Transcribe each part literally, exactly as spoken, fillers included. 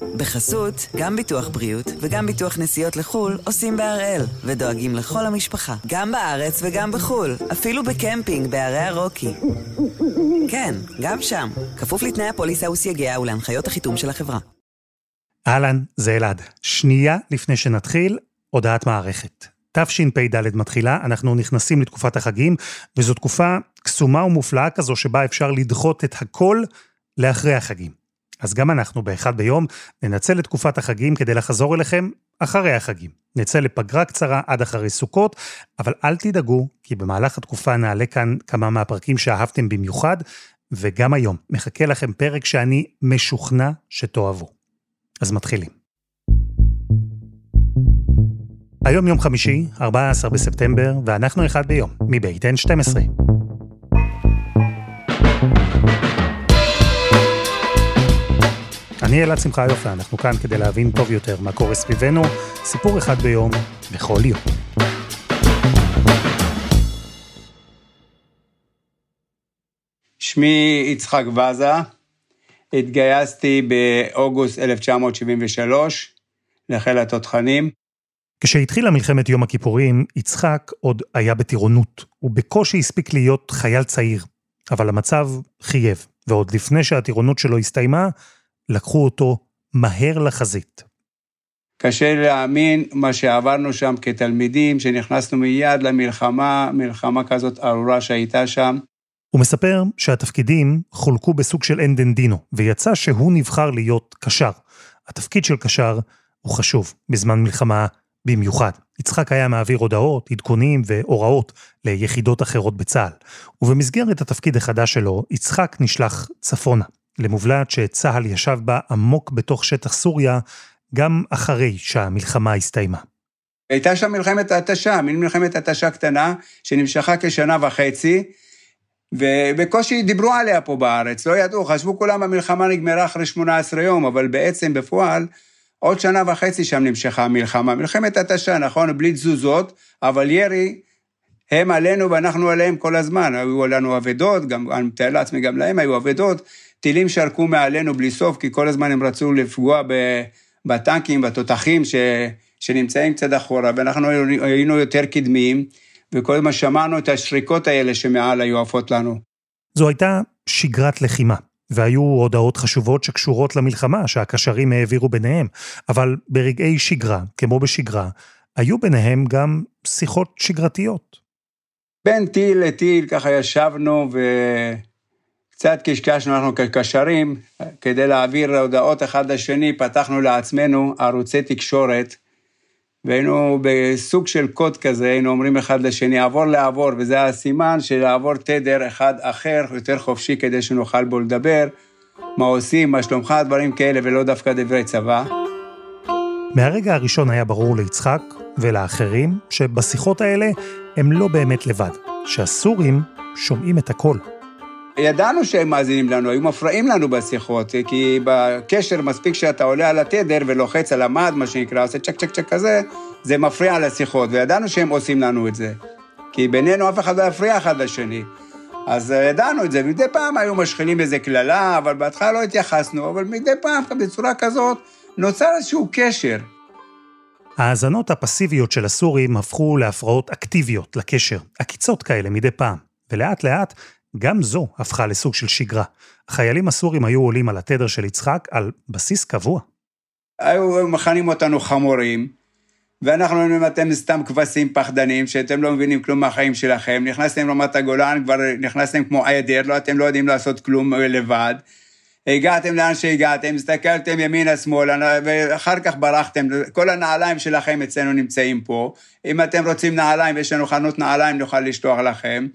בחסות, גם ביטוח בריאות וגם ביטוח נסיעות לחול עושים בהראל, ודואגים לכל המשפחה, גם בארץ וגם בחול, אפילו בקמפינג בערי הרוקי. כן, גם שם, כפוף לתנאי הפוליסה וסייגיה ולהנחיות החיתום של החברה. אהלן, זה אלעד. שנייה לפני שנתחיל, הודעת מערכת. תשפ"ד מתחילה, אנחנו נכנסים לתקופת החגים, וזו תקופה קסומה ומופלאה כזו שבה אפשר לדחות את הכל לאחרי החגים. אז גם אנחנו באחד ביום ננצל את תקופת החגים כדי לחזור אליכם אחרי החגים. נצא לפגרה קצרה עד אחרי סוכות, אבל אל תדאגו, כי במהלך התקופה נעלה כאן כמה מהפרקים שאהבתם במיוחד, וגם היום מחכה לכם פרק שאני משוכנע שתאהבו. אז מתחילים. היום יום חמישי, ארבעה עשר בספטמבר, ואנחנו אחד ביום, מבית אן שתים עשרה. אני אלעד שמחה יופי, אנחנו כאן כדי להבין טוב יותר מה קורה סביבנו, סיפור אחד ביום, בכל יום. שמי יצחק וזה, התגייסתי באוגוסט אלף תשע מאות שבעים ושלוש לחיל התותחנים. כשהתחילה מלחמת יום הכיפורים, יצחק עוד היה בטירונות, הוא בקושי הספיק להיות חייל צעיר, אבל המצב חייב, ועוד לפני שהטירונות שלו הסתיימה, לקחו אותו מהר לחזית. קשה להאמין מה שעברנו שם כתלמידים, שנכנסנו מיד למלחמה, מלחמה כזאת ארורה שהייתה שם. הוא מספר שהתפקידים חולקו בסוג של אנדנדינו, ויצא שהוא נבחר להיות קשר. התפקיד של קשר הוא חשוב, בזמן מלחמה במיוחד. יצחק היה מעביר הודעות, עדכונים והוראות ליחידות אחרות בצה"ל. ובמסגרת התפקיד החדש שלו, יצחק נשלח צפונה, למובלעת שצה"ל ישב בה עמוק בתוך שטח סוריה, גם אחרי שהמלחמה הסתיימה. הייתה שם מלחמת התשה, מין מלחמת התשה קטנה, שנמשכה כשנה וחצי, ובקושי דיברו עליה פה בארץ, לא ידעו, חשבו כולם המלחמה נגמרה אחרי שמונה עשרה יום, אבל בעצם בפועל, עוד שנה וחצי שם נמשכה המלחמה, מלחמת התשה, נכון, בלי תזוזות, אבל ירי, הם עלינו ואנחנו עליהם כל הזמן, היו לנו עבדות, גם, אני מתאר לעצמי גם להם היו עבדות, טילים שרקו מעלינו בלי סוף, כי כל הזמן הם רצו לפגוע בטנקים, בתותחים ש, שנמצאים קצת אחורה, ואנחנו היינו יותר קדמיים, וכל הזמן שמענו את השריקות האלה שמעל היו עפות לנו. זו הייתה שגרת לחימה, והיו הודעות חשובות שקשורות למלחמה, שהקשרים העבירו ביניהם, אבל ברגעי שגרה, כמו בשגרה, היו ביניהם גם שיחות שגרתיות. בין טיל לטיל ככה ישבנו ו... קצת קשקשנו אנחנו כקשרים, כדי להעביר הודעות אחד לשני, פתחנו לעצמנו ערוצי תקשורת, והיינו בסוג של קוד כזה, היינו אומרים אחד לשני, עבור לעבור, וזה הסימן של לעבור תדר אחד אחר, יותר חופשי, כדי שנוכל בו לדבר, מה עושים, מה שלומך, דברים כאלה, ולא דווקא דברי צבא. מהרגע הראשון היה ברור ליצחק ולאחרים, שבשיחות האלה הם לא באמת לבד, שהסורים שומעים את הכל. ידענו שהם מאזינים לנו, היו מפרעים לנו בשיחות, כי בקשר מספיק שאתה עולה על התדר ולוחץ על המד, מה שנקרא, עושה צ'ק צ'ק צ'ק כזה, זה מפריע לשיחות, וידענו שהם עושים לנו את זה. כי בינינו אף אחד לא יפריע אחד לשני. אז ידענו את זה, ומדי פעם היו משחילים איזה כללה, אבל בהתחלה לא התייחסנו, אבל מדי פעם בצורה כזאת נוצר איזשהו קשר. ההאזנות הפסיביות של הסורים הפכו להפרעות אקטיביות לקשר, עקיצות כאלה מדי פעם, ולאט לאט גם זו הפכה לסוג של שגרה. החיילים הסורים היו עולים על התדר של יצחק על בסיס קבוע. היו מכנים אותנו חמורים, ואנחנו אומרים, אתם סתם כבשים פחדנים, שאתם לא מבינים כלום מהחיים שלכם, נכנסתם רמת הגולן, כבר נכנסתם כמו עדר, לא, אתם לא יודעים לעשות כלום לבד, הגעתם לאן שהגעתם, הסתכלתם ימינה שמאלה, ואחר כך ברחתם, כל הנעליים שלכם אצלנו נמצאים פה, אם אתם רוצים נעליים, יש לנו חנות נעליים, נוכל לשלוח לכם,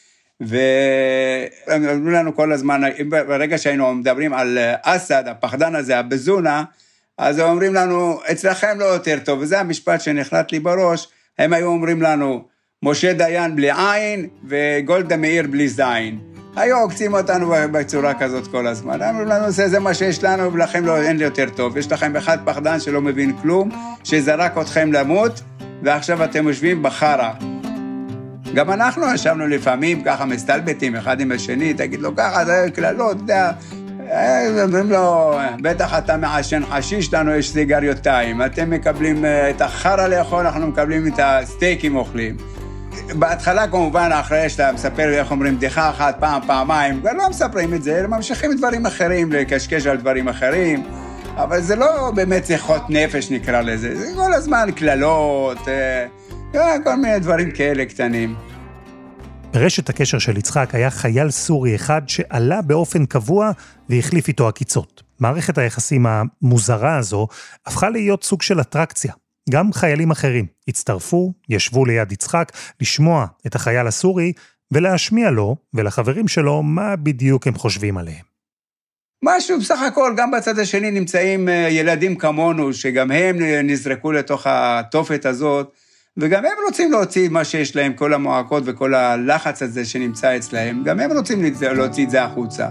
ואמרו לנו כל הזמן, ברגע שהיינו מדברים על אסד, הפחדן הזה, הבזונה, אז אומרים לנו, אצלכם לא יותר טוב, וזה המשפט שנחלט לי בראש, הם היו אומרים לנו, משה דיין בלי עין, וגולדה מאיר בלי זין. היו עוקצים אותנו בצורה כזאת כל הזמן. אמרו לנו, זה, זה מה שיש לנו, ולכם לא, אין לי יותר טוב. יש לכם אחד פחדן שלא מבין כלום, שזרק אתכם למות, ועכשיו אתם יושבים בחרה. גם אנחנו ישבנו לפעמים ככה מסתלבטים אחד עם השני, תגיד לו ככה, זה כללות, אתה יודע, אומרים לו, בטח אתה מעשן חשיש, לנו יש סיגריות טעים. אתם מקבלים את החרה לאכול, אנחנו מקבלים את הסטייקים אוכלים. בהתחלה כמובן, אחרי שאתה מספר, איך אומרים, בדיחה אחת, פעם, פעמיים, כבר לא מספרים את זה, ממשיכים דברים אחרים, לקשקש על דברים אחרים, אבל זה לא באמת שיחות נפש נקרא לזה, זה כל הזמן כללות, כל מיני דברים כאלה קטנים. ברשת הקשר של יצחק היה חייל סורי אחד שעלה באופן קבוע והחליף איתו עקיצות. מערכת היחסים המוזרה הזו הפכה להיות סוג של אטרקציה. גם חיילים אחרים הצטרפו, ישבו ליד יצחק, לשמוע את החייל הסורי ולהשמיע לו ולחברים שלו מה בדיוק הם חושבים עליהם. משהו בסך הכל, גם בצד השני נמצאים ילדים כמונו, שגם הם נזרקו לתוך התופת הזאת, וגם הם רוצים להוציא מה שיש להם, כל המועקות וכל הלחץ הזה שנמצא אצלהם, גם הם רוצים להוציא את זה החוצה.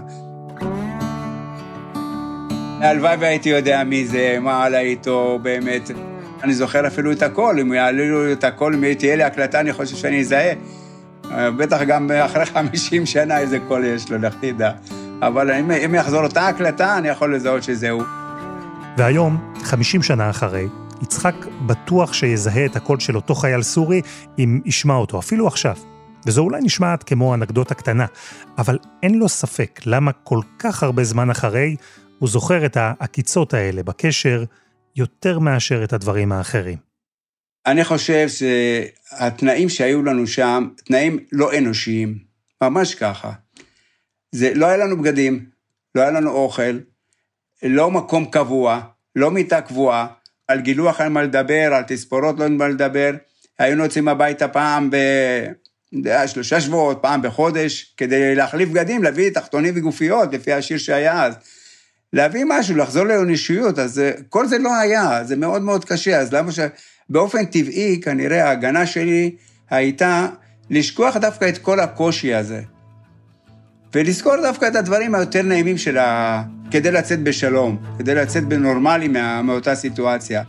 הלוואי והייתי יודע מי זה, מה עלה איתו באמת. אני זוכר אפילו את הכל, אם יעלו לו את הכל, אם תהיה לי הקלטה, אני חושב שאני אזהה. בטח גם אחרי חמישים שנה איזה קול יש לו, לך תדע. אבל אם, אם יחזור אותה הקלטה, אני יכול לזהות שזהו. והיום, חמישים שנה אחרי, יצחק בטוח שיזהה את הקול של אותו חייל סורי אם ישמע אותו, אפילו עכשיו. וזו אולי נשמעת כמו אנקדוטה קטנה, אבל אין לו ספק למה כל כך הרבה זמן אחרי הוא זוכר את העקיצות האלה בקשר יותר מאשר את הדברים האחרים. אני חושב שהתנאים שהיו לנו שם, תנאים לא אנושיים, ממש ככה. זה, לא היה לנו בגדים, לא היה לנו אוכל, לא מקום קבוע, לא מיטה קבועה, על גילוח אין מה לדבר, על תספורות לא אין מה לדבר, היינו יוצאים הביתה פעם בשלושה שבועות, פעם בחודש, כדי להחליף בגדים, להביא תחתונים וגופיות, לפי השיר שהיה אז, להביא משהו, לחזור לאנושיות, אז כל זה לא היה, זה מאוד מאוד קשה, אז למה שבאופן טבעי, כנראה ההגנה שלי הייתה לשכוח דווקא את כל הקושי הזה, ולזכור דווקא את הדברים היותר נעימים שלה, כדי לצאת בשלום, כדי לצאת בנורמלי מה, מאותה סיטואציה.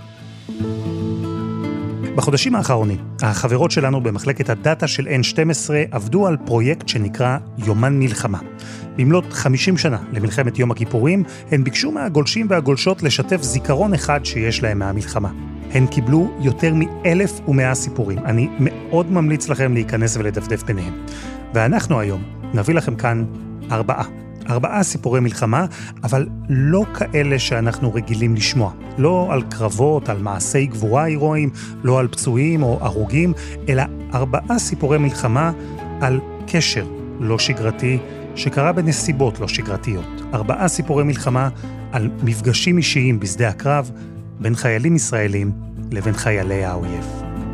בחודשים האחרונים, החברות שלנו במחלקת הדאטה של אן שתים עשרה עבדו על פרויקט שנקרא יומן מלחמה. במלאת חמישים שנה למלחמת יום הכיפורים, הן ביקשו מהגולשים והגולשות לשתף זיכרון אחד שיש להם מהמלחמה. הן קיבלו יותר מ-אלף ומאה סיפורים. אני מאוד ממליץ לכם להיכנס ולדפדף ביניהם. ואנחנו היום נביא לכם כאן ארבעה. ארבעה סיפורי מלחמה, אבל לא כאלה שאנחנו רגילים לשמוע. לא על קרבות, על מעשי גבורה הירואיים, לא על פצועים או הרוגים, אלא ארבעה סיפורי מלחמה על קשר לא שגרתי, שקרה בנסיבות לא שגרתיות. ארבעה סיפורי מלחמה על מפגשים אישיים בשדה הקרב, בין חיילים ישראלים לבין חיילי האויב.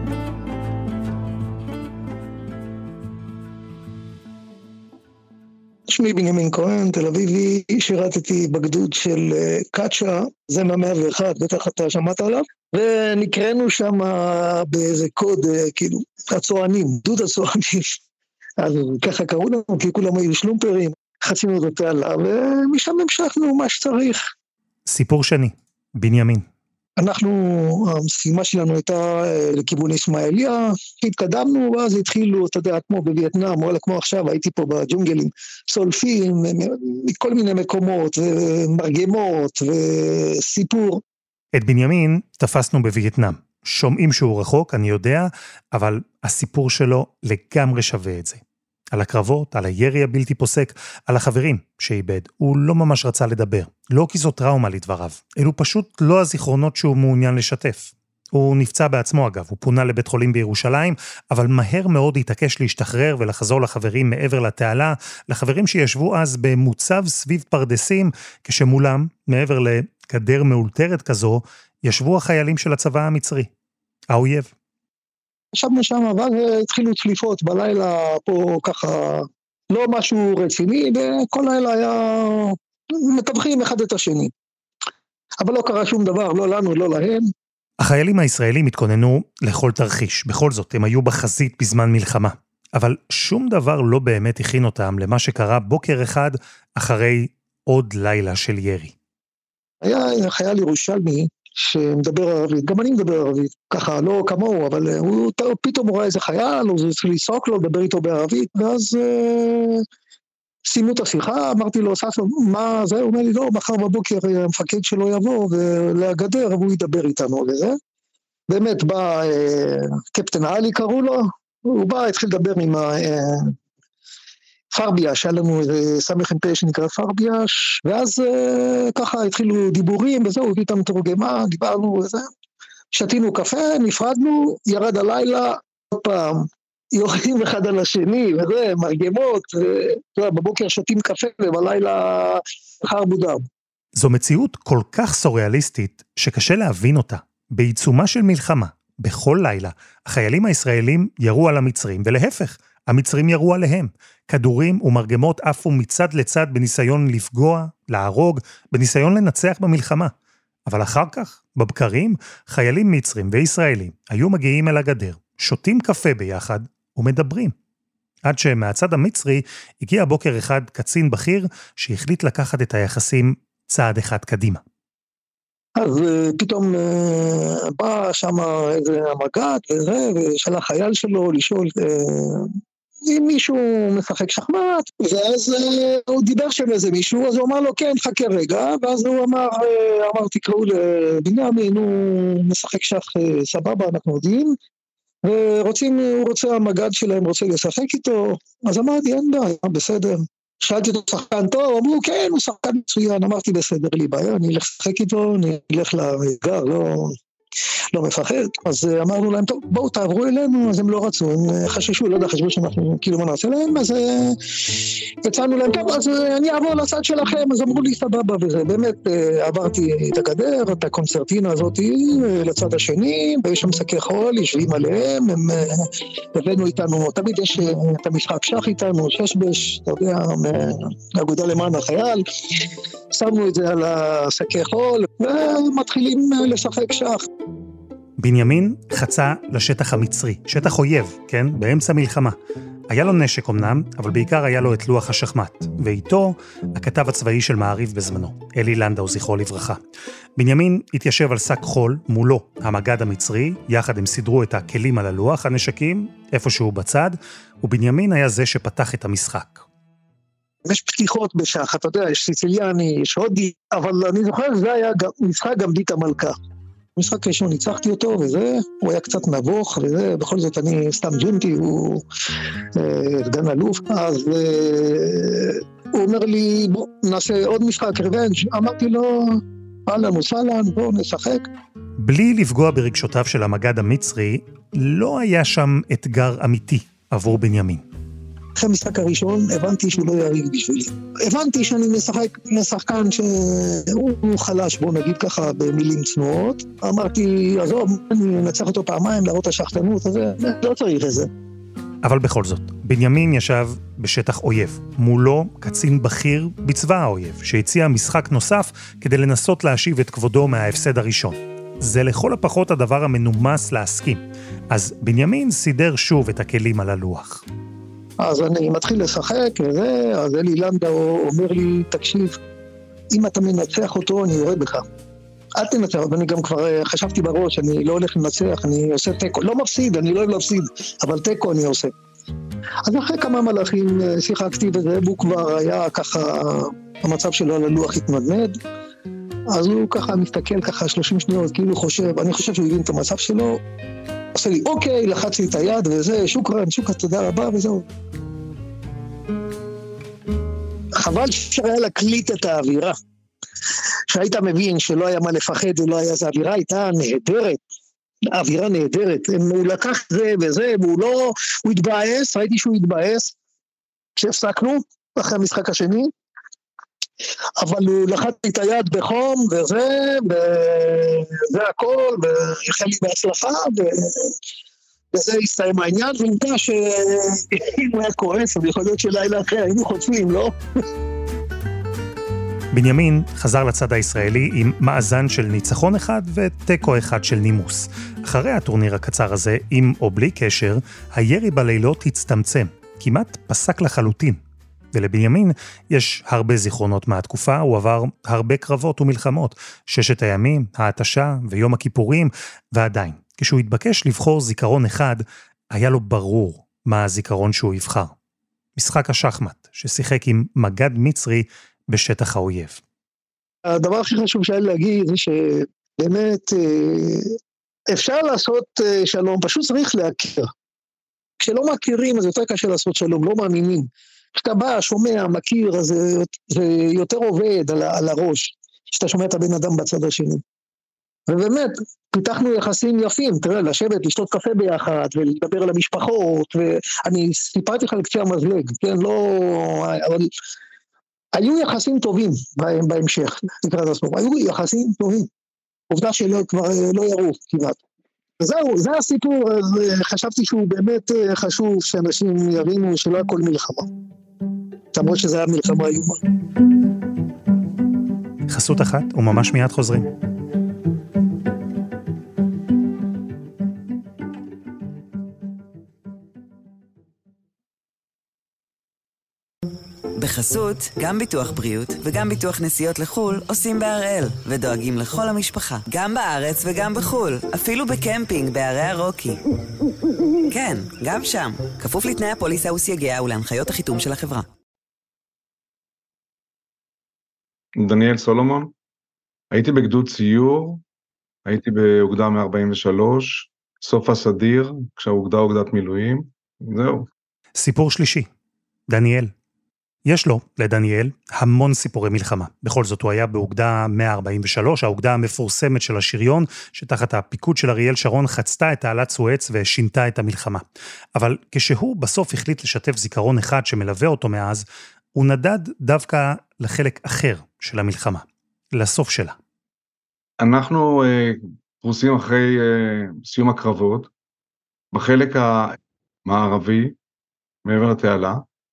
שמי בנימין כהן, תל אביבי, שירתתי בגדוד של קאצ'ה, זה מה-מאה ואחת, בטח אתה שמעת עליו, ונקראנו שם באיזה קוד, כאילו, הצוענים, גדוד הצוענים, אז ככה קראו לנו, כי כולם היו שלומפרים, חצינו את התעלה, ומשם המשכנו מה שצריך. סיפור שני, בנימין. אנחנו, המשימה שלנו הייתה לכיוון ישמעאליה, התקדמנו, ואז התחילו, אתה יודע, כמו בווייטנאם, או כמו עכשיו, הייתי פה בג'ונגלים, סולפים, מכל מיני מקומות, ומרגמות, וסיפור. את בנימין תפסנו בווייטנאם. שומעים שהוא רחוק, אני יודע, אבל הסיפור שלו לגמרי שווה את זה. על הקרבות, על הירי הבלתי פוסק, על החברים שאיבד. הוא לא ממש רצה לדבר. לא כי זו טראומה לדבריו. אלו פשוט לא הזיכרונות שהוא מעוניין לשתף. הוא נפצע בעצמו אגב, הוא פונה לבית חולים בירושלים, אבל מהר מאוד התעקש להשתחרר ולחזור לחברים מעבר לתעלה, לחברים שישבו אז במוצב סביב פרדסים, כשמולם, מעבר לגדר מאולתרת כזו, ישבו החיילים של הצבא המצרי. האויב. ישבנו שם, ואז התחילו צליפות בלילה פה ככה, לא משהו רציני, וכל לילה היה מטווחים אחד את השני. אבל לא קרה שום דבר, לא לנו, לא להם. החיילים הישראלים התכוננו לכל תרחיש, בכל זאת הם היו בחזית בזמן מלחמה. אבל שום דבר לא באמת הכין אותם למה שקרה בוקר אחד אחרי עוד לילה של ירי. היה חייל ירושלמי, שמדבר ערבית, גם אני מדבר ערבית, ככה, לא כמוהו, אבל הוא פתאום רואה איזה חייל, הוא צריך לסרוק לו, לדבר איתו בערבית, ואז שימו את השיחה, אמרתי לו, ססו, מה זה? הוא אומר לי, לא, מחר בבוקר המפקד שלו יבוא ולגדר, והוא ידבר איתנו וזה. באמת בא, אה, קפטן אלי קראו לו, הוא בא, התחיל לדבר עם פרביאש, היה לנו איזה סמך אמפה שנקרא פרביאש, ואז אה, ככה התחילו דיבורים, וזהו, הביא אותנו תורגמה, דיברנו וזה. שתינו קפה, נפרדנו, ירד הלילה, עוד פעם, יורדים אחד על השני, וזה, מרגמות, ובבוקר שתים קפה, ובלילה אחר בודם. זו מציאות כל כך סוריאליסטית, שקשה להבין אותה. בעיצומה של מלחמה, בכל לילה, החיילים הישראלים ירו על המצרים, ולהפך, המצרים ירו עליהם. כדורים ומרגמות עפו מצד לצד בניסיון לפגוע, להרוג, בניסיון לנצח במלחמה. אבל אחר כך, בבקרים, חיילים מצרים וישראלים היו מגיעים אל הגדר, שותים קפה ביחד ומדברים. עד שמהצד המצרי הגיע בוקר אחד קצין בכיר שהחליט לקחת את היחסים צעד אחד קדימה. אז פתאום בא שם איזה המג"ד וזה, ושלח חייל שלו לשאול אם מישהו משחק שחמט, ואז הוא דיבר שם איזה מישהו, אז הוא אמר לו כן, חכה רגע, ואז הוא אמר, אמר תקראו לבנימין, הוא משחק שח סבבה, אנחנו יודעים, ורוצים, הוא רוצה, המג"ד שלהם רוצה לשחק איתו, אז אמרתי, אין בעיה, בסדר. שאלתי אותו, שחקן טוב, אמרו, כן, הוא שחקן מצוין, אמרתי, בסדר, לי בעיה, אני אלך לשחק איתו, אני אלך לאתגר, לא, לא מפחד. אז אמרנו להם, טוב, בואו תעברו אלינו, אז הם לא רצו, הם חששו, לא יודע, חשבו שאנחנו כאילו מה נעשה להם, אז יצאנו להם, טוב, אז אני אעבור לצד שלכם, אז אמרו לי, סבבה וזה, באמת עברתי את הגדר, את הקונצרטינה הזאת, לצד השני, ויש שם שקי חול, יושבים עליהם, הם הבאנו איתנו, תמיד יש את המשחק שח איתנו, ששבש, אתה יודע, מהאגודה למען החייל, שמנו את זה על השקי חול, ומתחילים לשחק שח. בנימין חצה לשטח המצרי, שטח אויב, כן? באמצע מלחמה. היה לו נשק אמנם, אבל בעיקר היה לו את לוח השחמט, ואיתו הכתב הצבאי של מעריב בזמנו, אלי לנדאו, זכרו לברכה. בנימין התיישב על שק חול, מולו המג"ד המצרי, יחד הם סידרו את הכלים על הלוח, הנשקים, איפשהו בצד, ובנימין היה זה שפתח את המשחק. יש פתיחות בשח, אתה יודע, יש סיציליאני, יש הודי, אבל אני זוכר, זה היה משחק גמדית המלכה. משחק ראשון ניצחתי אותו, וזה, הוא היה קצת נבוך, וזה, בכל זאת אני סתם ג'ונטי, הוא סגן אלוף, אז אה, הוא אומר לי, בוא, נעשה עוד משחק, ריבנג', אמרתי לו, אהלן וסהלן, בוא נשחק. בלי לפגוע ברגשותיו של המג"ד המצרי, לא היה שם אתגר אמיתי עבור בנימין. אחרי המשחק הראשון, הבנתי שהוא לא יריב בשבילי. הבנתי שאני משחק לשחקן שהוא חלש, בוא נגיד ככה, במילים צנועות. אמרתי, עזוב, אני אנצח אותו פעמיים, להראות השחטנות, אז לא צריך את זה. אבל בכל זאת, בנימין ישב בשטח אויב. מולו קצין בכיר בצבא האויב, שהציע משחק נוסף כדי לנסות להשיב את כבודו מההפסד הראשון. זה לכל הפחות הדבר המנומס להסכים. אז בנימין סידר שוב את הכלים על הלוח. אז אני מתחיל לשחק, וזה, אז אלי לנדאו אומר לי, תקשיב, אם אתה מנצח אותו, אני יורד בך. אל תנצח, ואני גם כבר חשבתי בראש, אני לא הולך לנצח, אני עושה טקו, לא מפסיד, אני לא אוהב להפסיד, אבל טקו אני עושה. אז אחרי כמה מלאכים שיחקתי וזה, והוא כבר היה ככה, המצב שלו על הלוח התמדמד, אז הוא ככה מסתכל ככה שלושים שניות, כאילו חושב, אני חושב שהוא הבין את המצב שלו, עושה לי, אוקיי, לחץ לי את היד וזה, שוקרן, שוקרן, תודה רבה וזהו. חבל שהיה להקליט את האווירה. שהיית מבין שלא היה מה לפחד ולא היה, זה האווירה הייתה נהדרת, האווירה נהדרת, הוא לקח זה וזה, והוא לא, הוא התבאס, ראיתי שהוא התבאס, כשהפסקנו, אחרי המשחק השני, אבל הוא לחץ לי את היד בחום, וזה, וזה הכל, ויחל לי בהצלחה, ו... וזה הסתיים העניין, ונדע שאם הוא היה כועס, אז יכול להיות שלילה אחרי, היינו חוטפים, לא? בנימין חזר לצד הישראלי עם מאזן של ניצחון אחד וטקו אחד של נימוס. אחרי הטורניר הקצר הזה, עם או בלי קשר, הירי בלילות הצטמצם, כמעט פסק לחלוטין. ולבנימין יש הרבה זיכרונות מהתקופה, הוא עבר הרבה קרבות ומלחמות, ששת הימים, ההתשה ויום הכיפורים, ועדיין, כשהוא התבקש לבחור זיכרון אחד, היה לו ברור מה הזיכרון שהוא יבחר. משחק השחמט, ששיחק עם מגד מצרי בשטח האויב. הדבר הכי חשוב שהיה להגיד זה שבאמת אפשר לעשות שלום, פשוט צריך להכיר. כשלא מכירים אז יותר קשה לעשות שלום, לא מאמינים. כשאתה בא, שומע, מכיר, אז זה, זה יותר עובד על, על הראש, כשאתה שומע את הבן אדם בצד השני. ובאמת, פיתחנו יחסים יפים, תראה, לשבת, לשתות קפה ביחד, ולדבר על המשפחות, ואני סיפרתי לך לקצה המזלג, כן, לא, אבל היו יחסים טובים בהמשך, לקראת הסוף, היו יחסים טובים, עובדה שלא, כבר לא ירו כמעט. זהו, זה הסיפור, אז חשבתי שהוא באמת חשוב שאנשים יבינו שלא הכל מלחמה. למרות שזה היה מלחמה איומה. חסות אחת וממש מיד חוזרים. בחסות, גם ביטוח בריאות וגם ביטוח נסיעות לחול עושים בהראל ודואגים לכל המשפחה, גם בארץ וגם בחול, אפילו בקמפינג בערי הרוקי. כן, גם שם, כפוף לתנאי הפוליסה וסייגיה ולהנחיות החיתום של החברה. דניאל סולומון, הייתי בגדוד ציור, הייתי באוגדה מאה ארבעים ושלוש, סוף הסדיר, כשהאוגדה אוגדת מילואים, זהו. סיפור שלישי, דניאל. יש לו, לדניאל, המון סיפורי מלחמה. בכל זאת הוא היה באוגדה מאה ארבעים ושלוש, האוגדה המפורסמת של השריון, שתחת הפיקוד של אריאל שרון חצתה את תעלת סואץ ושינתה את המלחמה. אבל כשהוא בסוף החליט לשתף זיכרון אחד שמלווה אותו מאז, הוא נדד דווקא לחלק אחר של המלחמה, לסוף שלה. אנחנו אה, פרוסים אחרי אה, סיום הקרבות, בחלק המערבי, מעבר לתעלה,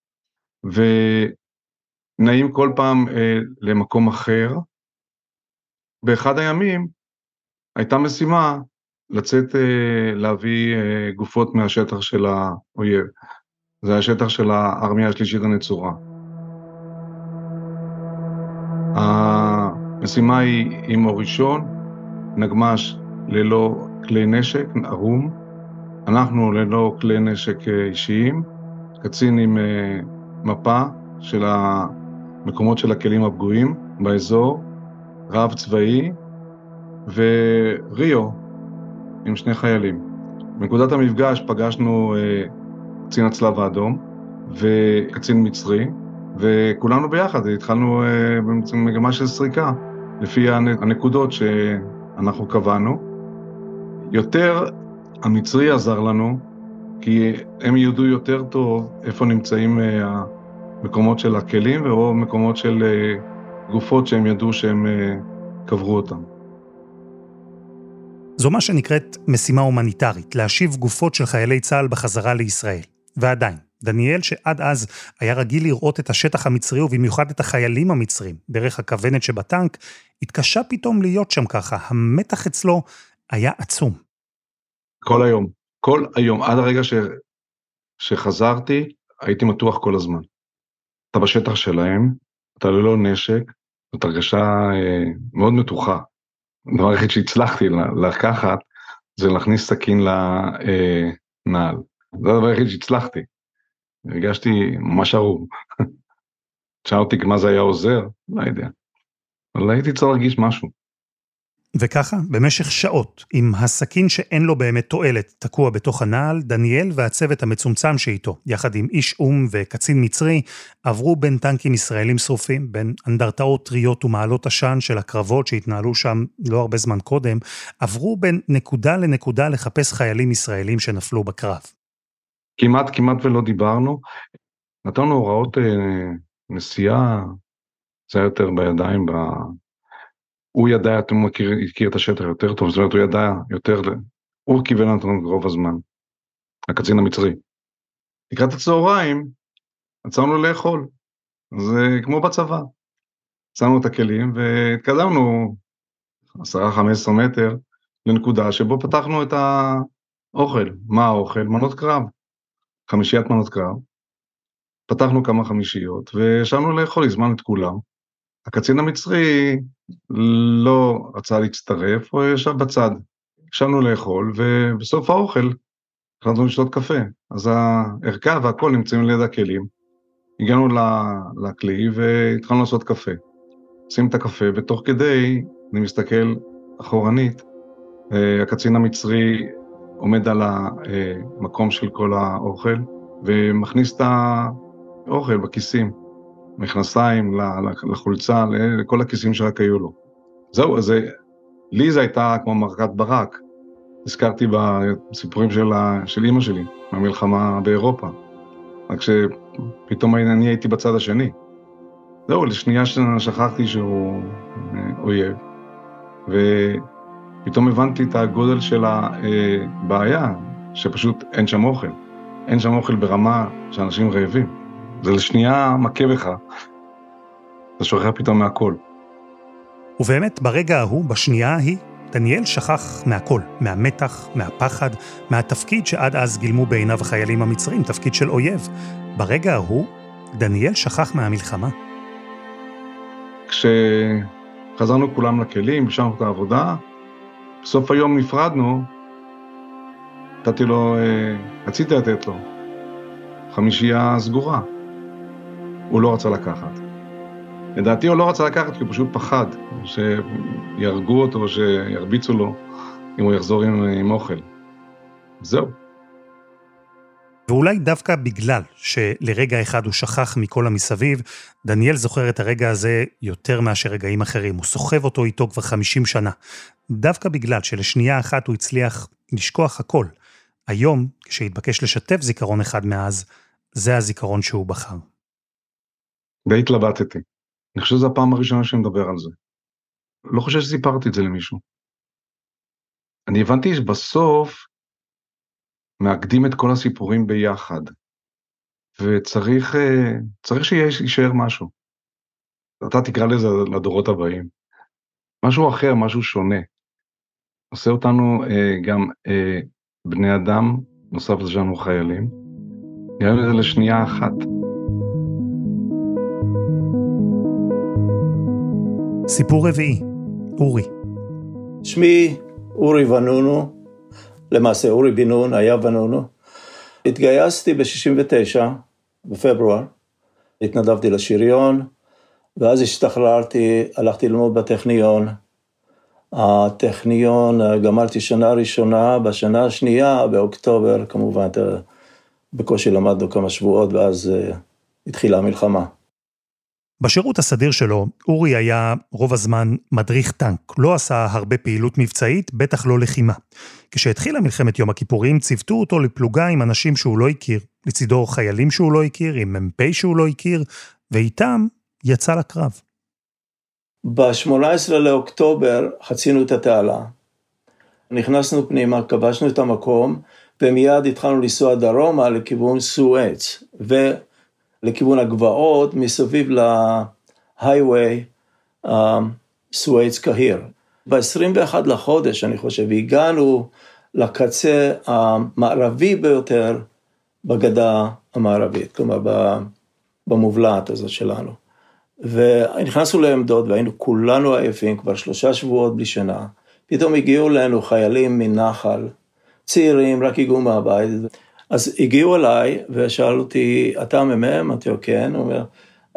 ונעים כל פעם אה, למקום אחר. באחד הימים הייתה משימה לצאת אה, להביא אה, גופות מהשטח של האויב. זה השטח של הארמיה השלישית הנצורה. המשימה היא עם אור ראשון, נגמש ללא כלי נשק, ערום, אנחנו ללא כלי נשק אישיים, קצין עם אה, מפה של המקומות של הכלים הפגועים באזור, רב צבאי וריו עם שני חיילים. בנקודת המפגש פגשנו אה, קצין הצלב האדום וקצין מצרי, וכולנו ביחד התחלנו אה, במגמה של סריקה לפי הנקודות שאנחנו קבענו. יותר המצרי עזר לנו, כי הם ידעו יותר טוב איפה נמצאים המקומות של הכלים, או מקומות של גופות שהם ידעו שהם קברו אותם. זו מה שנקראת משימה הומניטרית, להשיב גופות של חיילי צה"ל בחזרה לישראל. ועדיין, דניאל שעד אז היה רגיל לראות את השטח המצרי, ובמיוחד את החיילים המצרים, דרך הכוונת שבטנק, התקשה פתאום להיות שם ככה. המתח אצלו היה עצום. כל היום. כל היום, עד הרגע ש... שחזרתי, הייתי מתוח כל הזמן. אתה בשטח שלהם, אתה ללא נשק, זאת הרגשה אה, מאוד מתוחה. הדבר היחיד שהצלחתי לקחת, זה להכניס סכין לנעל. זה הדבר היחיד שהצלחתי. הרגשתי ממש ערום. שאלתי מה זה היה עוזר, לא יודע. אבל הייתי צריך להרגיש משהו. וככה, במשך שעות, עם הסכין שאין לו באמת תועלת, תקוע בתוך הנעל, דניאל והצוות המצומצם שאיתו, יחד עם איש אום וקצין מצרי, עברו בין טנקים ישראלים שרופים, בין אנדרטאות טריות ומעלות עשן של הקרבות שהתנהלו שם לא הרבה זמן קודם, עברו בין נקודה לנקודה לחפש חיילים ישראלים שנפלו בקרב. כמעט, כמעט ולא דיברנו. נתנו הוראות אה, נסיעה, זה יותר בידיים, ב... הוא ידע, אתם מכיר, הכיר את השטח יותר טוב, זאת אומרת, הוא ידע יותר, הוא כיוון אותנו רוב הזמן, הקצין המצרי. לקראת הצהריים, עצרנו לאכול, זה כמו בצבא. עצרנו את הכלים והתקדמנו עשרה חמש עשרה מטר לנקודה שבו פתחנו את האוכל. מה האוכל? מנות קרב, חמישיית מנות קרב. פתחנו כמה חמישיות וישבנו לאכול, הזמנו את כולם. הקצין המצרי לא רצה להצטרף, הוא ישב בצד. ישבנו לאכול, ובסוף האוכל החלטנו לשתות קפה. אז הערכה והכל נמצאים ליד הכלים. הגענו לכלי והתחלנו לעשות קפה. שים את הקפה, ותוך כדי, אני מסתכל אחורנית, הקצין המצרי עומד על המקום של כל האוכל, ומכניס את האוכל בכיסים, מכנסיים, לחולצה, לכל הכיסים שרק היו לו. זהו, אז לי זה הייתה כמו מרקת ברק. הזכרתי בסיפורים של, של אמא שלי, מהמלחמה באירופה. רק שפתאום אני הייתי בצד השני. זהו, לשנייה שכחתי שהוא אויב. ופתאום הבנתי את הגודל של הבעיה, שפשוט אין שם אוכל. אין שם אוכל ברמה שאנשים רעבים. זה לשנייה מכה בך. אתה שוכח פתאום מהכל. ובאמת, ברגע ההוא, בשנייה ההיא, דניאל שכח מהכל, מהמתח, מהפחד, מהתפקיד שעד אז גילמו בעיניו החיילים המצרים, תפקיד של אויב. ברגע ההוא, דניאל שכח מהמלחמה. כשחזרנו כולם לכלים, בשענו את העבודה, בסוף היום נפרדנו, נתתי לו, רציתי לתת לו, חמישייה סגורה. הוא לא רצה לקחת. לדעתי הוא לא רצה לקחת כי הוא פשוט פחד שירגו אותו, שירביצו לו אם הוא יחזור עם, עם אוכל. זהו. ואולי דווקא בגלל שלרגע אחד הוא שכח מכל המסביב, דניאל זוכר את הרגע הזה יותר מאשר רגעים אחרים. הוא סוחב אותו איתו כבר חמישים שנה. דווקא בגלל שלשנייה אחת הוא הצליח לשכוח הכל. היום, כשהתבקש לשתף זיכרון אחד מאז, זה הזיכרון שהוא בחר. די התלבטתי. אני חושב שזו הפעם הראשונה שאני מדבר על זה. לא חושב שסיפרתי את זה למישהו. אני הבנתי שבסוף מאגדים את כל הסיפורים ביחד, וצריך צריך שישאר משהו. אתה תקרא לזה לדורות הבאים. משהו אחר, משהו שונה. עושה אותנו גם בני אדם, נוסף לזה שאנו חיילים. נראה לזה לשנייה אחת. סיפור רביעי, אורי. שמי אורי ונונו, למעשה אורי בן נון, היה ונונו. התגייסתי ב-שישים ותשע, בפברואר, התנדבתי לשריון, ואז השתחררתי, הלכתי ללמוד בטכניון. הטכניון, גמרתי שנה ראשונה, בשנה השנייה, באוקטובר, כמובן, בקושי למדנו כמה שבועות, ואז התחילה המלחמה. בשירות הסדיר שלו, אורי היה רוב הזמן מדריך טנק, לא עשה הרבה פעילות מבצעית, בטח לא לחימה. כשהתחילה מלחמת יום הכיפורים, צוותו אותו לפלוגה עם אנשים שהוא לא הכיר, לצידו חיילים שהוא לא הכיר, עם ממפי שהוא לא הכיר, ואיתם יצא לקרב. ב-שמונה עשרה לאוקטובר חצינו את התעלה, נכנסנו פנימה, כבשנו את המקום, ומיד התחלנו לנסוע דרומה לכיוון סואץ, ו... לכיוון הגבעות, מסביב להייווי, סואץ קהיר. ב-עשרים ואחד לחודש, אני חושב, הגענו לקצה המערבי ביותר בגדה המערבית, כלומר, במובלעת הזאת שלנו. ונכנסנו לעמדות, והיינו כולנו עייפים, כבר שלושה שבועות בלי שינה. פתאום הגיעו לנו חיילים מנחל, צעירים, רק הגיעו מהבית, אז הגיעו אליי ושאלו אותי, אתה ממם? אמרתי לו, כן. הוא אומר,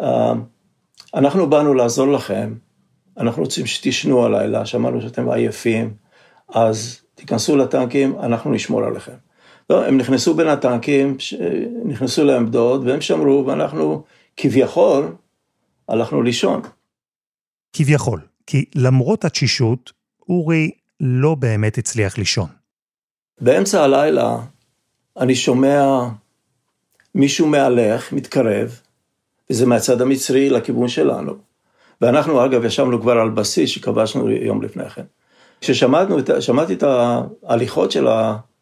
אנחנו באנו לעזור לכם, אנחנו רוצים שתשנו הלילה, שמענו שאתם עייפים, אז תיכנסו לטנקים, אנחנו נשמור עליכם. לא, הם נכנסו בין הטנקים, נכנסו לעמדות, והם שמרו, ואנחנו כביכול הלכנו לישון. כביכול, כי למרות התשישות, אורי לא באמת הצליח לישון. באמצע הלילה, אני שומע מישהו מהלך, מתקרב, וזה מהצד המצרי לכיוון שלנו. ואנחנו אגב ישבנו כבר על בסיס שכבשנו יום לפני כן. כששמעתי את ההליכות של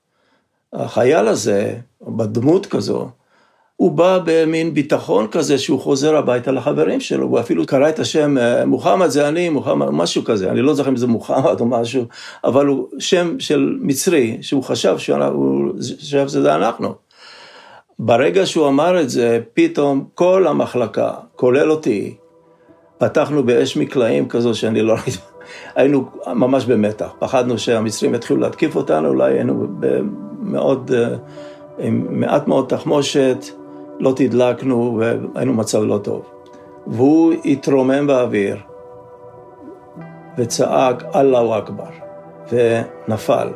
החייל הזה, בדמות כזו, הוא בא במין ביטחון כזה שהוא חוזר הביתה לחברים שלו, הוא אפילו קרא את השם מוחמד זה אני, מוחמד, משהו כזה, אני לא זוכר אם זה מוחמד או משהו, אבל הוא שם של מצרי, שהוא חשב שהוא חשב שזה אנחנו. ברגע שהוא אמר את זה, פתאום כל המחלקה, כולל אותי, פתחנו באש מקלעים כזו שאני לא ראיתי, היינו ממש במתח, פחדנו שהמצרים התחילו להתקיף אותנו, אולי היינו מאוד, עם מעט מאוד תחמושת, לא תדלקנו והיינו מצב לא טוב. והוא התרומם באוויר וצעק אללהו אכבר ונפל.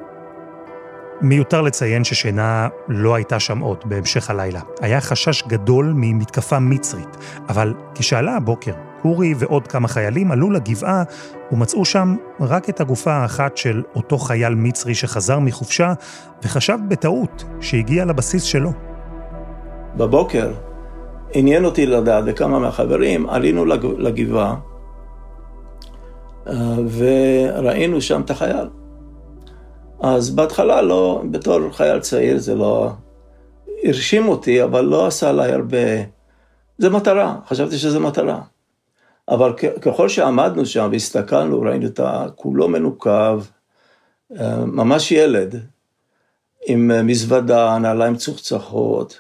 מיותר לציין ששינה לא הייתה שם עוד בהמשך הלילה. היה חשש גדול ממתקפה מצרית, אבל כשעלה הבוקר, אורי ועוד כמה חיילים עלו לגבעה ומצאו שם רק את הגופה האחת של אותו חייל מצרי שחזר מחופשה וחשב בטעות שהגיע לבסיס שלו. בבוקר עניין אותי לדעת וכמה מהחברים עלינו לגבעה וראינו שם את החייל. אז בהתחלה לא, בתור חייל צעיר זה לא הרשים אותי, אבל לא עשה לה הרבה, זה מטרה, חשבתי שזה מטרה. אבל ככל שעמדנו שם והסתכלנו, ראינו את כולו מנוקב, ממש ילד, עם מזוודה, נעליים צוחצחות,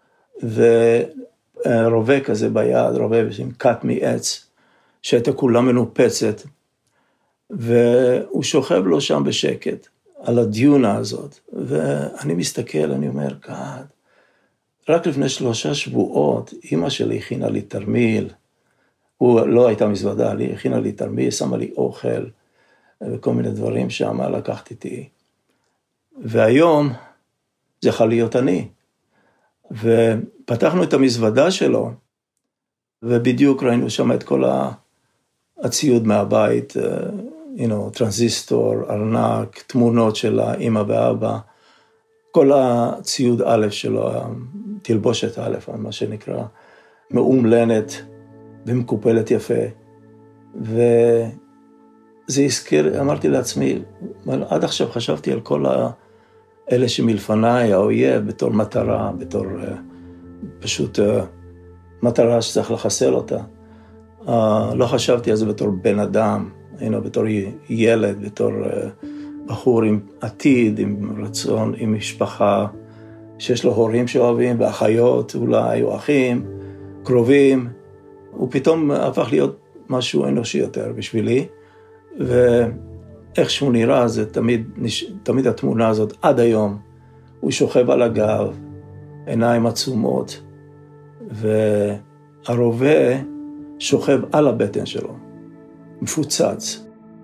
ורובה כזה ביד, רובה עם קט מעץ, שהייתה כולה מנופצת, והוא שוכב לו שם בשקט, על הדיונה הזאת, ואני מסתכל, אני אומר, גד, רק לפני שלושה שבועות, אמא שלי הכינה לי תרמיל, הוא לא הייתה מזוודה, היא הכינה לי תרמיל, שמה לי אוכל, וכל מיני דברים שם לקחתי איתי. והיום, זה יכול להיות אני. ופתחנו את המזוודה שלו, ובדיוק ראינו שם את כל הציוד מהבית, you know, טרנזיסטור, ארנק, תמונות של האמא ואבא, כל הציוד א' שלו, תלבושת א', מה שנקרא, מאומלנת ומקופלת יפה. וזה הזכיר, אמרתי לעצמי, עד עכשיו חשבתי על כל האלה שמלפניי, האויב, בתור מטרה, בתור פשוט מטרה שצריך לחסל אותה. לא חשבתי על זה בתור בן אדם, you know, בתור ילד, בתור בחור עם עתיד, עם רצון, עם משפחה, שיש לו הורים שאוהבים, ואחיות אולי, או אחים, קרובים, הוא פתאום הפך להיות משהו אנושי יותר בשבילי, ואיך שהוא נראה, זה תמיד, תמיד התמונה הזאת, עד היום, הוא שוכב על הגב, עיניים עצומות, והרובה שוכב על הבטן שלו, מפוצץ.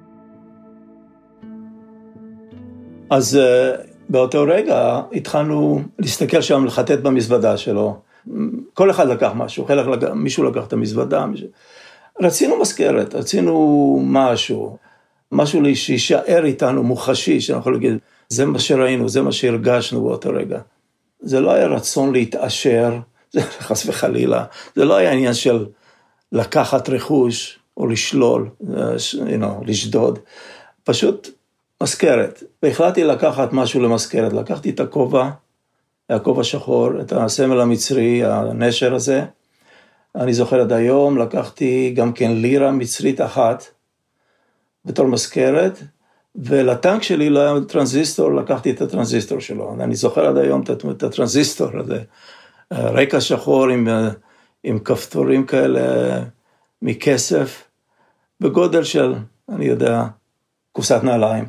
אז באותו רגע התחלנו להסתכל שם, לחטט במזוודה שלו. כל אחד לקח משהו, חלק, מישהו לקח את המזוודה. מישהו... רצינו מזכרת, רצינו משהו, משהו שישאר איתנו מוחשי, שאנחנו יכולים להגיד, זה מה שראינו, זה מה שהרגשנו באותו רגע. זה לא היה רצון להתעשר, זה חס וחלילה, זה לא היה עניין של לקחת רכוש או לשלול, you know, לשדוד, פשוט מזכרת. והחלטתי לקחת משהו למזכרת, לקחתי את הכובע, הכובע שחור, את הסמל המצרי, הנשר הזה, אני זוכר עד היום, לקחתי גם כן לירה מצרית אחת, בתור מזכרת, ולטנק שלי לא היה טרנזיסטור, לקחתי את הטרנזיסטור שלו, אני זוכר עד היום את הטרנזיסטור הזה, רקע שחור עם, עם כפתורים כאלה מכסף, בגודל של, אני יודע, קופסת נעליים.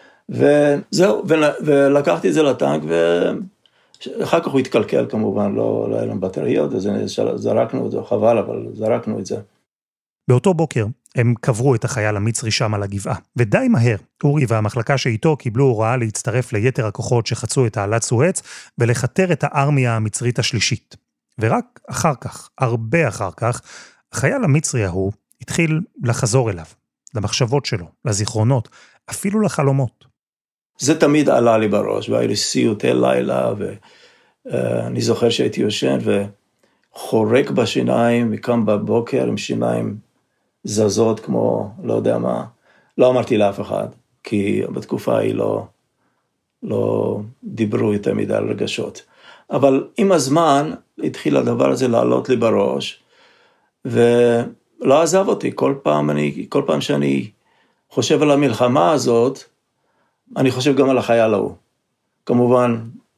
וזהו, ולקחתי את זה לטנק, ואחר כך הוא התקלקל כמובן, לא, לא היה לנו בטריות, אז זרקנו את זה, חבל, אבל זרקנו את זה. באותו בוקר הם קברו את החייל המצרי שם על הגבעה, ודי מהר, אורי והמחלקה שאיתו קיבלו הוראה להצטרף ליתר הכוחות שחצו את תעלת סואץ, ולחתר את הארמיה המצרית השלישית. ורק אחר כך, הרבה אחר כך, החייל המצרי ההוא התחיל לחזור אליו, למחשבות שלו, לזיכרונות, אפילו לחלומות. זה תמיד עלה לי בראש, והיו לי סיוטי לילה, ואני זוכר שהייתי יושן, וחורק בשיניים, וקם בבוקר עם שיניים זזות כמו, לא יודע מה, לא אמרתי לאף אחד, כי בתקופה ההיא לא, לא דיברו יותר מדי על רגשות. אבל עם הזמן התחיל הדבר הזה לעלות לי בראש, ולא עזב אותי. כל פעם, אני, כל פעם שאני חושב על המלחמה הזאת, אני חושב גם על החייל ההוא. כמובן,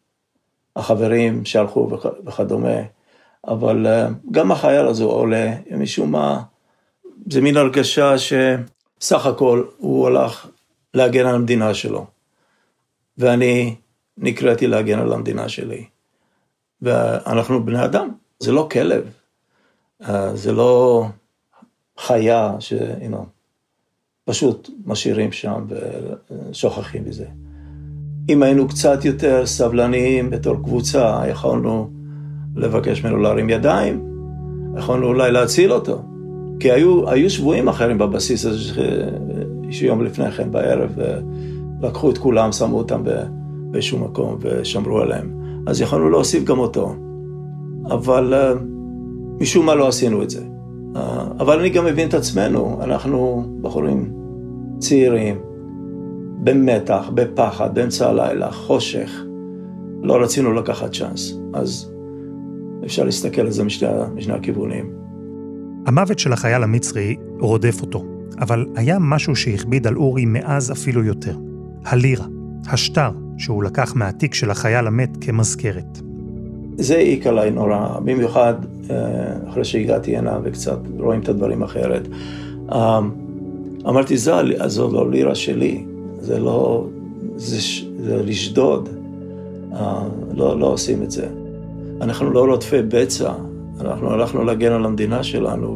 החברים שהלכו וכדומה, אבל גם החייל הזה עולה, משום מה, זה מין הרגשה שסך הכל הוא הולך להגן על המדינה שלו, ואני נקראתי להגן על המדינה שלי. ואנחנו בני אדם, זה לא כלב, זה לא חיה ש... you know, פשוט משאירים שם ושוכחים בזה. אם היינו קצת יותר סבלניים בתור קבוצה, יכולנו לבקש ממנו להרים ידיים, יכולנו אולי להציל אותו, כי היו, היו שבועים אחרים בבסיס הזה שיום לפני כן בערב, לקחו את כולם, שמו אותם באיזשהו מקום ושמרו עליהם. אז יכולנו להוסיף גם אותו, אבל משום מה לא עשינו את זה. אבל אני גם מבין את עצמנו, אנחנו בחורים צעירים, במתח, בפחד, באמצע הלילה, חושך, לא רצינו לקחת צ'אנס, אז אפשר להסתכל על זה משני, משני הכיוונים. המוות של החייל המצרי רודף אותו, אבל היה משהו שהכביד על אורי מאז אפילו יותר. הלירה, השטר שהוא לקח מהתיק של החייל המת כמזכרת. זה העיק עליי נורא, במיוחד אחרי שהגעתי הנה וקצת רואים את הדברים אחרת. אמרתי, זה, זו לא לירה שלי, זה לא, זה, זה לשדוד, לא, לא עושים את זה. אנחנו לא רודפי בצע, אנחנו הלכנו להגן על המדינה שלנו,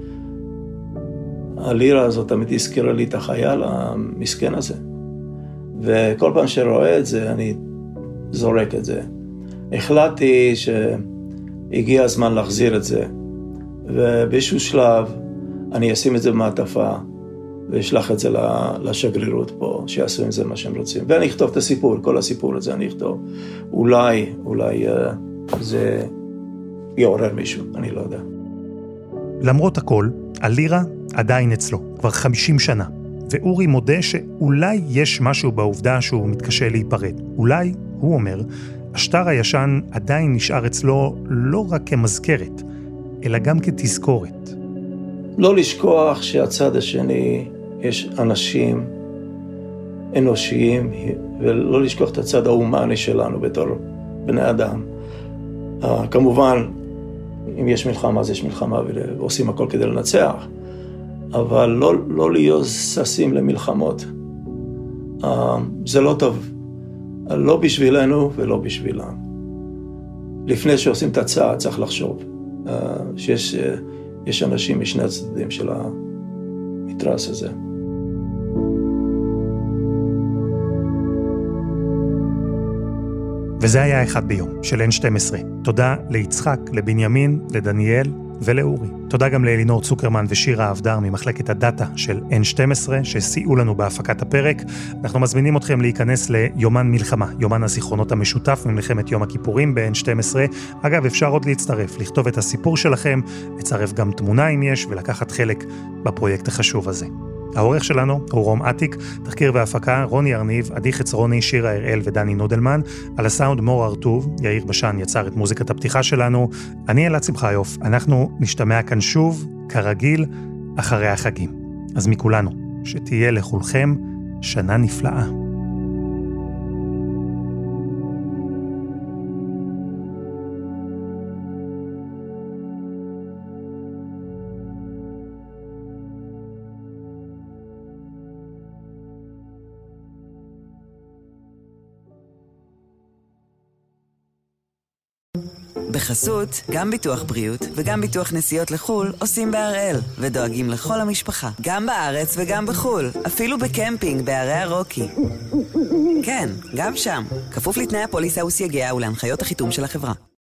והלירה הזאת תמיד הזכירה לי את החייל המסכן הזה. וכל פעם שרואה את זה, אני זורק את זה. החלטתי שהגיע הזמן להחזיר את זה, ובאיזשהו שלב אני אשים את זה במעטפה, ואשלח את זה לשגרירות פה, שיעשו עם זה מה שהם רוצים. ואני אכתוב את הסיפור, כל הסיפור הזה אני אכתוב. אולי, אולי זה יעורר מישהו, אני לא יודע. למרות הכל, הלירה עדיין אצלו, כבר חמישים שנה. ואורי מודה שאולי יש משהו בעובדה שהוא מתקשה להיפרד. אולי, הוא אומר, השטר הישן עדיין נשאר אצלו לא רק כמזכרת, אלא גם כתזכורת. לא לשכוח שהצד השני יש אנשים אנושיים, ולא לשכוח את הצד ההומני שלנו בתור בני אדם. Uh, כמובן, אם יש מלחמה, אז יש מלחמה, ועושים הכל כדי לנצח. אבל לא, לא להיות ססים למלחמות. Uh, זה לא טוב. לא בשבילנו ולא בשבילם. לפני שעושים את הצעד, צריך לחשוב. Uh, שיש uh, יש אנשים משני הצדדים של המתרס הזה. וזה היה אחד ביום של אן שתים עשרה. תודה ליצחק, לבנימין, לדניאל ולאורי. תודה גם לאלינור צוקרמן ושירה אבדר ממחלקת הדאטה של אן שתים עשרה שסייעו לנו בהפקת הפרק. אנחנו מזמינים אתכם להיכנס ליומן מלחמה, יומן הזיכרונות המשותף ממלחמת יום הכיפורים ב-אן שתים עשרה. אגב, אפשר עוד להצטרף, לכתוב את הסיפור שלכם, לצרף גם תמונה אם יש ולקחת חלק בפרויקט החשוב הזה. העורך שלנו הוא רום עתיק, תחקיר והפקה רוני ארניב, עדי חצרוני, שירה הראל ודני נודלמן, על הסאונד מור ארטוב, יאיר בשן יצר את מוזיקת הפתיחה שלנו, אני אלעד שמחיוף, אנחנו נשתמע כאן שוב, כרגיל, אחרי החגים. אז מכולנו, שתהיה לכולכם שנה נפלאה. בחסות, גם ביטוח בריאות וגם ביטוח נסיעות לחול עושים בהראל ודואגים לכל המשפחה, גם בארץ וגם בחול, אפילו בקמפינג בערי הרוקי. כן, גם שם, כפוף לתנאי הפוליסה וסייגיה ולהנחיות החיתום של החברה.